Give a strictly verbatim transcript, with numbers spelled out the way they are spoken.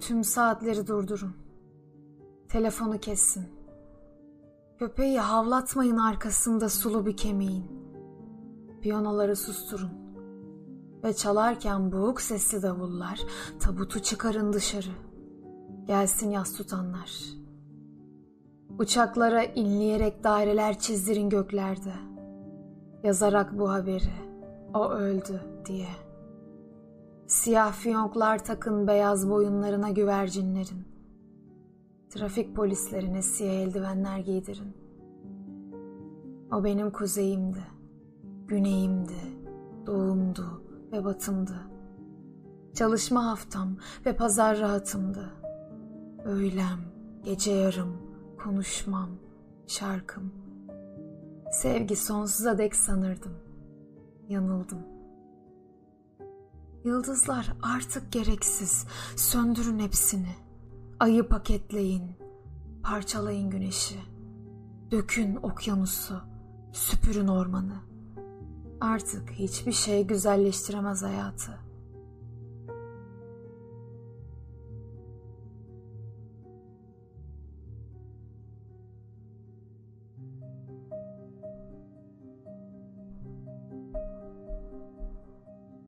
Tüm saatleri durdurun. Telefonu kessin. Köpeği havlatmayın arkasında sulu bir kemiğin. Piyanoları susturun. Ve çalarken boğuk sesli davullar, tabutu çıkarın dışarı. Gelsin yas tutanlar. Uçaklara inleyerek daireler çizdirin göklerde. Yazarak bu haberi, o öldü diye. Siyah fiyonklar takın beyaz boyunlarına güvercinlerin. Trafik polislerine siyah eldivenler giydirin. O benim kuzeyimdi, güneyimdi, doğumdu ve batımdı. Çalışma haftam ve pazar rahatımdı. Öğlem, gece yarım, konuşmam, şarkım. Sevgi sonsuza dek sanırdım. Yanıldım. Yıldızlar artık gereksiz. Söndürün hepsini. Ayı paketleyin. Parçalayın güneşi. Dökün okyanusu. Süpürün ormanı. Artık hiçbir şey güzelleştiremez hayatı.